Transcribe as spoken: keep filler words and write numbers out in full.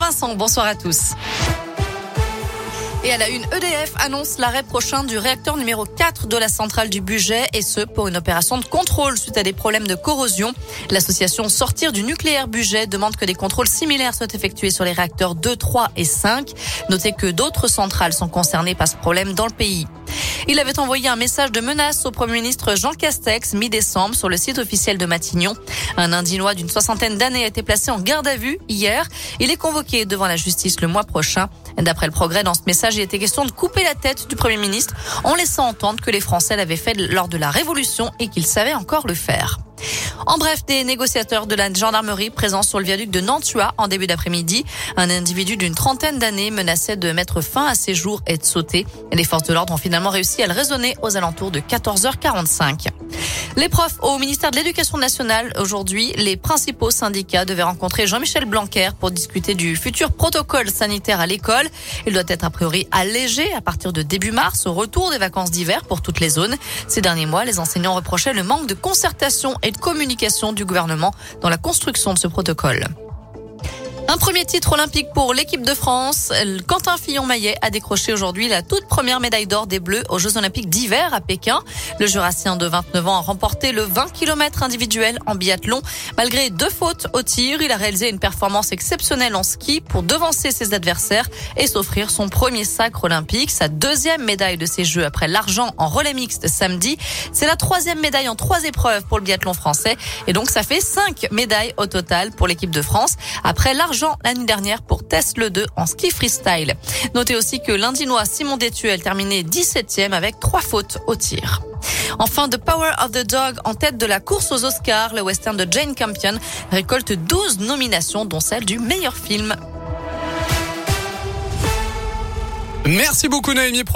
Vincent, bonsoir à tous. Et à la une, E D F annonce l'arrêt prochain du réacteur numéro quatre de la centrale du Bugey, et ce pour une opération de contrôle suite à des problèmes de corrosion. L'association Sortir du nucléaire Bugey demande que des contrôles similaires soient effectués sur les réacteurs deux, trois et cinq. Notez que d'autres centrales sont concernées par ce problème dans le pays. Il avait envoyé un message de menace au Premier ministre Jean Castex mi-décembre sur le site officiel de Matignon. Un Indinois d'une soixantaine d'années a été placé en garde à vue hier. Il est convoqué devant la justice le mois prochain. D'après le Progrès, dans ce message, il était question de couper la tête du Premier ministre en laissant entendre que les Français l'avaient fait lors de la Révolution et qu'ils savaient encore le faire. En bref, des négociateurs de la gendarmerie présents sur le viaduc de Nantua en début d'après-midi. Un individu d'une trentaine d'années menaçait de mettre fin à ses jours et de sauter. Les forces de l'ordre ont finalement réussi à le raisonner aux alentours de quatorze heures quarante-cinq. Les profs au ministère de l'Éducation nationale, aujourd'hui, les principaux syndicats devaient rencontrer Jean-Michel Blanquer pour discuter du futur protocole sanitaire à l'école. Il doit être a priori allégé à partir de début mars, au retour des vacances d'hiver pour toutes les zones. Ces derniers mois, les enseignants reprochaient le manque de concertation et de communication du gouvernement dans la construction de ce protocole. Un premier titre olympique pour l'équipe de France. Quentin Fillon-Maillet a décroché aujourd'hui la toute première médaille d'or des Bleus aux Jeux olympiques d'hiver à Pékin. Le Jurassien de vingt-neuf ans a remporté le vingt kilomètres individuel en biathlon. Malgré deux fautes au tir, il a réalisé une performance exceptionnelle en ski pour devancer ses adversaires et s'offrir son premier sacre olympique, sa deuxième médaille de ces Jeux après l'argent en relais mixte samedi. C'est la troisième médaille en trois épreuves pour le biathlon français et donc ça fait cinq médailles au total pour l'équipe de France après l'argent l'année dernière pour Tess Le deux en ski freestyle. Notez aussi que l'Indinois Simon Détuel a terminé dix-septième avec trois fautes au tir. Enfin, The Power of the Dog en tête de la course aux Oscars. Le western de Jane Campion récolte douze nominations, dont celle du meilleur film. Merci beaucoup Noémie.